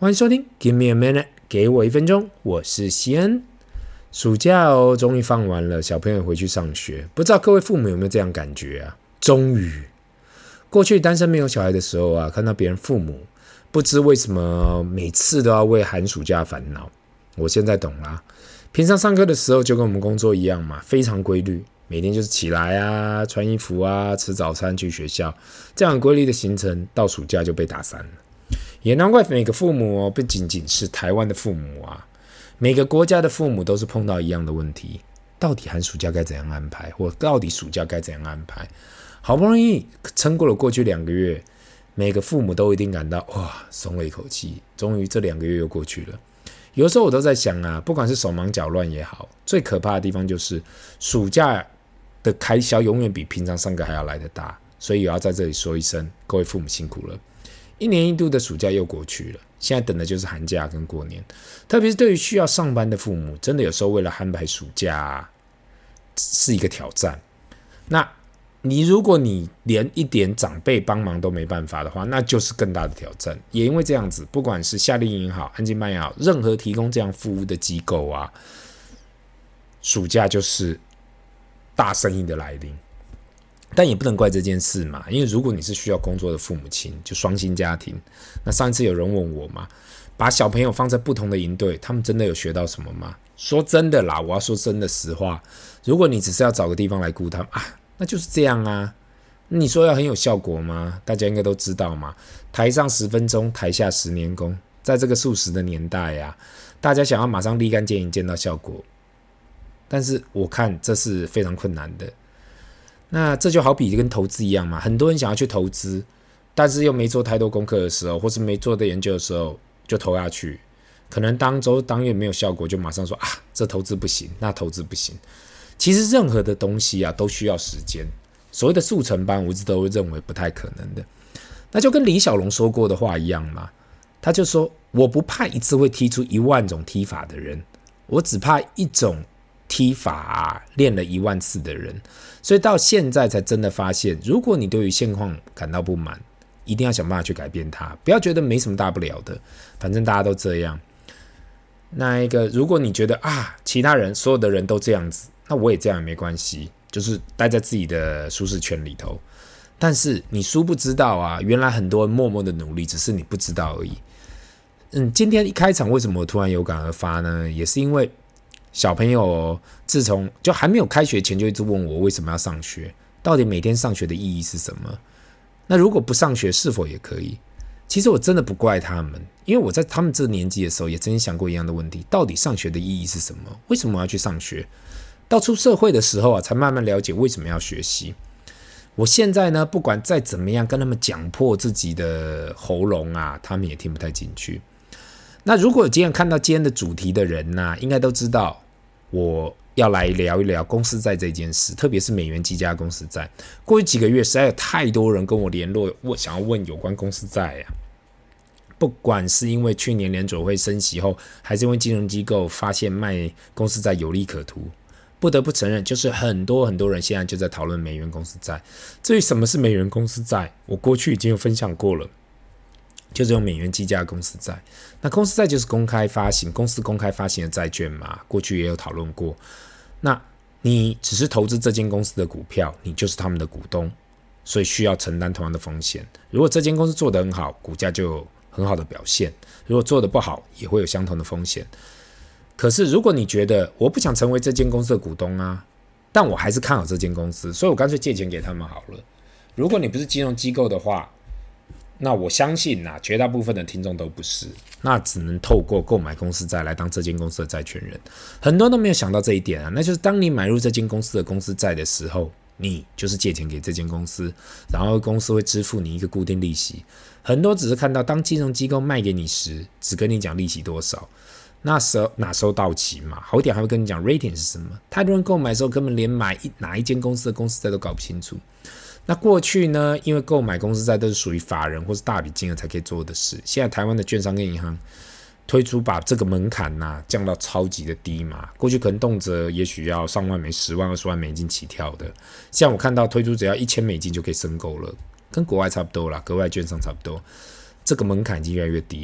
欢迎收听 Give me a minute， 给我1分钟，我是西恩。暑假终于放完了，小朋友回去上学，不知道各位父母有没有这样感觉啊？终于，过去单身没有小孩的时候啊，看到别人父母不知为什么每次都要为寒暑假烦恼，我现在懂啦。平常上课的时候就跟我们工作一样嘛，非常规律，每天就是起来啊，穿衣服啊，吃早餐去学校，这样规律的行程到暑假就被打散了。也难怪每个父母不仅仅是台湾的父母啊，每个国家的父母都是碰到一样的问题，到底寒暑假该怎样安排，或到底暑假该怎样安排。好不容易撑过了过去2个月，每个父母都一定感到哇，松了一口气，终于这2个月又过去了。有时候我都在想啊，不管是手忙脚乱也好，最可怕的地方就是暑假的开销永远比平常上课还要来得大。所以我要在这里说一声，各位父母辛苦了。1年1度的暑假又过去了，现在等的就是寒假跟过年。特别是对于需要上班的父母，真的有时候为了安排暑假是一个挑战。那如果你连一点长辈帮忙都没办法的话，那就是更大的挑战。也因为这样子，不管是夏令营也好，安亲班也好，任何提供这样服务的机构啊，暑假就是大生意的来临。但也不能怪这件事嘛，因为如果你是需要工作的父母亲，就双薪家庭，那上一次有人问我嘛，把小朋友放在不同的营队，他们真的有学到什么吗？说真的啦，我要说真的实话，如果你只是要找个地方来顾他们啊，那就是这样啊。你说要很有效果吗？大家应该都知道嘛，台上10分钟，台下10年功。在这个速食的年代啊，大家想要马上立竿见影见到效果，但是我看这是非常困难的。那这就好比跟投资一样嘛，很多人想要去投资，但是又没做太多功课的时候，或是没做的研究的时候就投下去，可能当周当月没有效果，就马上说啊，这投资不行，那投资不行。其实任何的东西啊都需要时间，所谓的速成班我一直都认为不太可能的。那就跟李小龙说过的话一样嘛，他就说我不怕一次会踢出10000种踢法的人，我只怕一种踢法啊练了10000次的人。所以到现在才真的发现，如果你对于现况感到不满，一定要想办法去改变它，不要觉得没什么大不了的，反正大家都这样。如果你觉得啊，其他人所有的人都这样子，那我也这样也没关系，就是待在自己的舒适圈里头。但是你殊不知道啊，原来很多人默默的努力，只是你不知道而已。今天一开场为什么我突然有感而发呢？也是因为小朋友自从就还没有开学前就一直问我为什么要上学，到底每天上学的意义是什么？那如果不上学是否也可以？其实我真的不怪他们，因为我在他们这个年纪的时候也曾经想过一样的问题，到底上学的意义是什么？为什么我要去上学？到出社会的时候啊，才慢慢了解为什么要学习。我现在呢，不管再怎么样跟他们讲破自己的喉咙啊，他们也听不太进去。那如果今天看到今天的主题的人啊，应该都知道我要来聊一聊公司债这件事，特别是美元计价公司债。过去几个月实在有太多人跟我联络，我想要问有关公司债啊。不管是因为去年联准会升息后，还是因为金融机构发现卖公司债有利可图，不得不承认，就是很多人现在就在讨论美元公司债。至于什么是美元公司债，我过去已经有分享过了，就是用美元计价公司债。那公司债就是公开发行，公司公开发行的债券嘛，过去也有讨论过。那你只是投资这间公司的股票，你就是他们的股东，所以需要承担同样的风险。如果这间公司做得很好，股价就有很好的表现；如果做得不好，也会有相同的风险。可是如果你觉得我不想成为这间公司的股东啊，但我还是看好这间公司，所以我干脆借钱给他们好了。如果你不是金融机构的话，那我相信绝大部分的听众都不是，那只能透过购买公司债来当这间公司的债权人。很多人都没有想到这一点啊，那就是当你买入这间公司的公司债的时候，你就是借钱给这间公司，然后公司会支付你一个固定利息。很多只是看到当金融机构卖给你时，只跟你讲利息多少，那时候哪时候到期嘛，好一点还会跟你讲 rating 是什么。太多人购买的时候根本连买哪一间公司的公司债都搞不清楚。那过去呢，因为购买公司债都是属于法人或是大笔金额才可以做的事，现在台湾的券商跟银行推出把这个门槛降到超级的低嘛，过去可能动辄也许要上万美10万20万美金起跳的，像我看到推出只要1000美金就可以申购了，跟国外差不多啦，国外券商差不多，这个门槛已经越来越低了。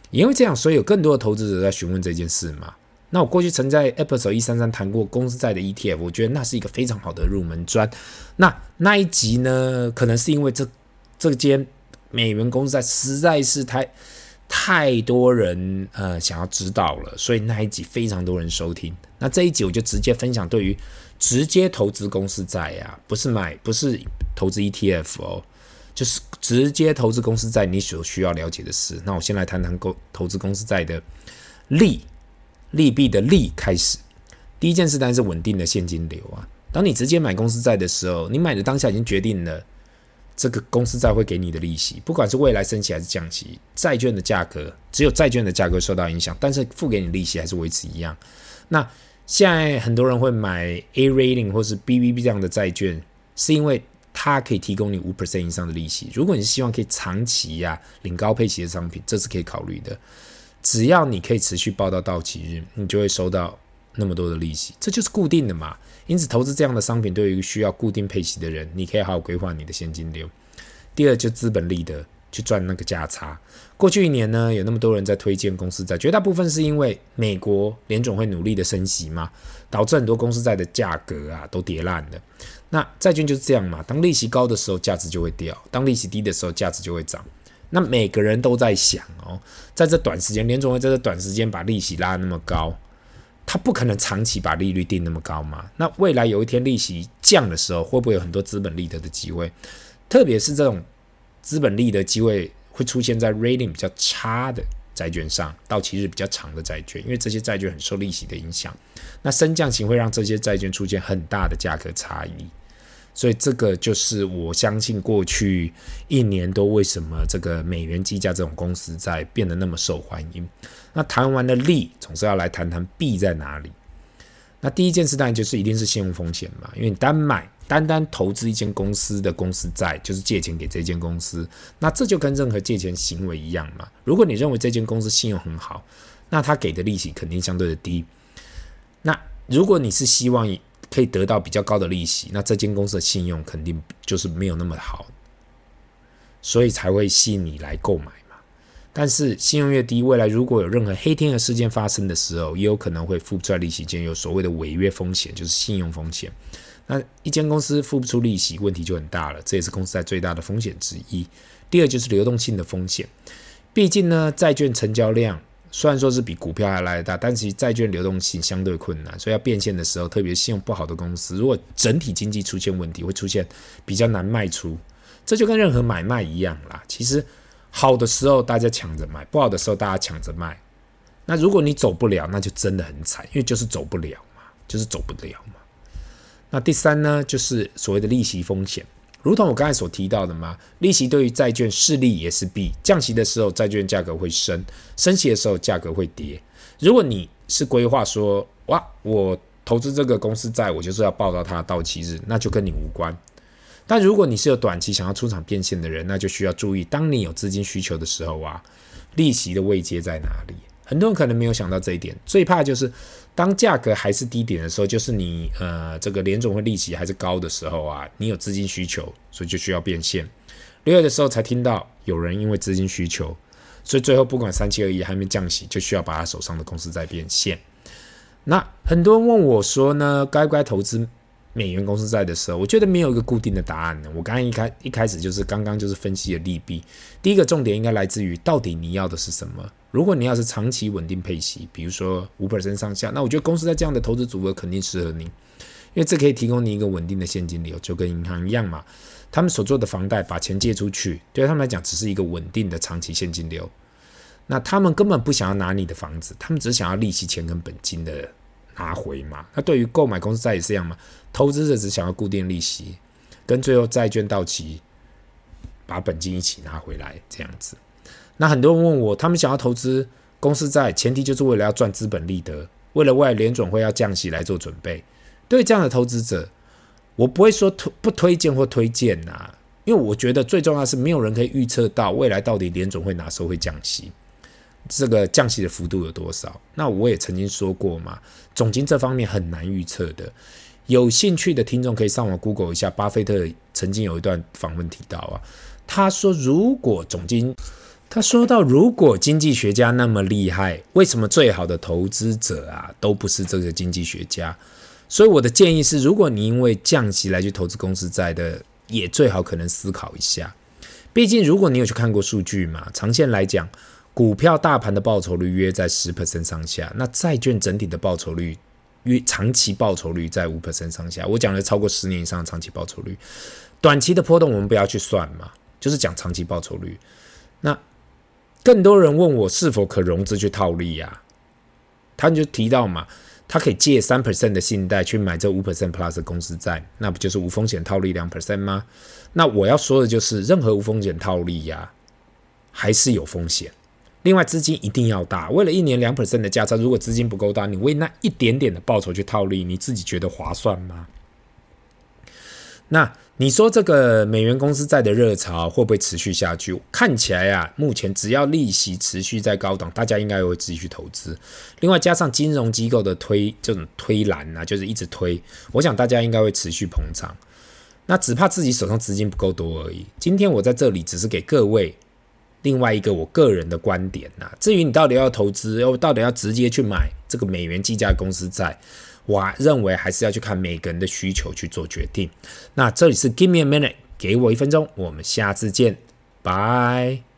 也因为这样，所以有更多的投资者在询问这件事嘛。那我过去曾在 Episode 133谈过公司债的 ETF， 我觉得那是一个非常好的入门砖。那一集呢，可能是因为这间美元公司债实在是太多人想要知道了，所以那一集非常多人收听。那这一集我就直接分享对于直接投资公司债啊，不是投资 ETF 哦，就是直接投资公司债你所需要了解的事。那我先来谈谈投资公司债的利弊的利开始。第一件事当然是稳定的现金流啊。当你直接买公司债的时候，你买的当下已经决定了这个公司债会给你的利息，不管是未来升息还是降息，债券的价格只有债券的价格受到影响，但是付给你的利息还是维持一样。那现在很多人会买 A rating 或是 BBB 这样的债券，是因为它可以提供你 5% 以上的利息。如果你是希望可以长期领高配息的商品，这是可以考虑的。只要你可以持续报到到期日，你就会收到那么多的利息，这就是固定的嘛。因此投资这样的商品对于一个需要固定配息的人，你可以好好规划你的现金流。第二就资本利得，去赚那个价差。过去1年呢，有那么多人在推荐公司债，绝大部分是因为美国联准会努力的升息嘛，导致很多公司债的价格都跌烂了。那债券就是这样嘛，当利息高的时候价值就会掉，当利息低的时候价值就会涨。那每个人都在想在这短时间，联准会在这短时间把利息拉那么高，他不可能长期把利率定那么高嘛。那未来有一天利息降的时候，会不会有很多资本利得的机会？特别是这种资本利得机会会出现在 rating 比较差的债券上，到期日比较长的债券，因为这些债券很受利息的影响。那升降息会让这些债券出现很大的价格差异。所以这个就是我相信过去1年多为什么这个美元计价这种公司债变得那么受欢迎。那谈完了利，总是要来谈谈弊在哪里。那第一件事当然就是一定是信用风险嘛，因为你单投资一间公司的公司债，就是借钱给这间公司，那这就跟任何借钱行为一样嘛。如果你认为这间公司信用很好，那他给的利息肯定相对的低。那如果你是希望可以得到比较高的利息，那这间公司的信用肯定就是没有那么好，所以才会吸引你来购买嘛。但是信用越低，未来如果有任何黑天鹅事件发生的时候，也有可能会付不出来利息，间有所谓的违约风险，就是信用风险。那一间公司付不出利息，问题就很大了，这也是公司债最大的风险之一。第二就是流动性的风险，毕竟呢，债券成交量虽然说是比股票还来得大，但其实债券流动性相对困难，所以要变现的时候，特别是信用不好的公司，如果整体经济出现问题，会出现比较难卖出。这就跟任何买卖一样啦，其实好的时候大家抢着买，不好的时候大家抢着卖。那如果你走不了，那就真的很惨，因为就是走不了嘛，就是走不了嘛。那第三呢，就是所谓的利息风险。如同我刚才所提到的嘛，利息对于债券是利也是弊。降息的时候，债券价格会升；升息的时候，价格会跌。如果你是规划说，哇，我投资这个公司债，我就是要报到它的到期日，那就跟你无关。但如果你是有短期想要出场变现的人，那就需要注意，当你有资金需求的时候利息的位阶在哪里？很多人可能没有想到这一点，最怕就是当价格还是低点的时候，就是你这个联总会利息还是高的时候你有资金需求，所以就需要变现。6月的时候才听到有人因为资金需求，所以最后不管3721还没降息，就需要把他手上的公司债变现。那很多人问我说呢，该不该投资美元公司债的时候，我觉得没有一个固定的答案呢。我刚才一开始就是刚刚就是分析了利弊，第一个重点应该来自于到底你要的是什么。如果你要是长期稳定配息，比如说 5% 上下，那我觉得公司债这样的投资组合肯定适合你，因为这可以提供你一个稳定的现金流，就跟银行一样嘛。他们所做的房贷把钱借出去，对他们来讲只是一个稳定的长期现金流。那他们根本不想要拿你的房子，他们只是想要利息钱跟本金的拿回嘛。那对于购买公司债也是一样嘛，投资者只想要固定利息，跟最后债券到期把本金一起拿回来这样子。那很多人问我，他们想要投资公司债，前提就是为了要赚资本利得，为了未来联准会要降息来做准备。对于这样的投资者，我不会说不推荐或推荐因为我觉得最重要的是没有人可以预测到未来到底联准会哪时候会降息，这个降息的幅度有多少。那我也曾经说过嘛，总经这方面很难预测的。有兴趣的听众可以上网 Google 一下，巴菲特曾经有一段访问提到他说如果总经他说到，如果经济学家那么厉害，为什么最好的投资者啊都不是这个经济学家？所以我的建议是，如果你因为降息来去投资公司债的，也最好可能思考一下。毕竟如果你有去看过数据嘛，长线来讲，股票大盘的报酬率约在 10% 上下，那债券整体的报酬率长期报酬率在 5% 上下。我讲的超过10年以上的长期报酬率，短期的波动我们不要去算嘛，就是讲长期报酬率。那更多人问我是否可融资去套利啊？他就提到嘛，他可以借 3% 的信贷去买这 5% plus 的公司债，那不就是无风险套利 2% 吗？那我要说的就是，任何无风险套利啊，还是有风险。另外，资金一定要大，为了1年 2% 的价差，如果资金不够大，你为那一点点的报酬去套利，你自己觉得划算吗？那你说这个美元公司债的热潮会不会持续下去？看起来啊，目前只要利息持续在高档，大家应该会继续投资。另外加上金融机构的这种推篮啊，就是一直推，我想大家应该会持续捧场。那只怕自己手上资金不够多而已。今天我在这里只是给各位另外一个我个人的观点啊。至于你到底要投资，到底要直接去买这个美元计价公司债，我认为还是要去看每个人的需求去做决定。那这里是 Give me a minute， 给我1分钟，我们下次见，拜。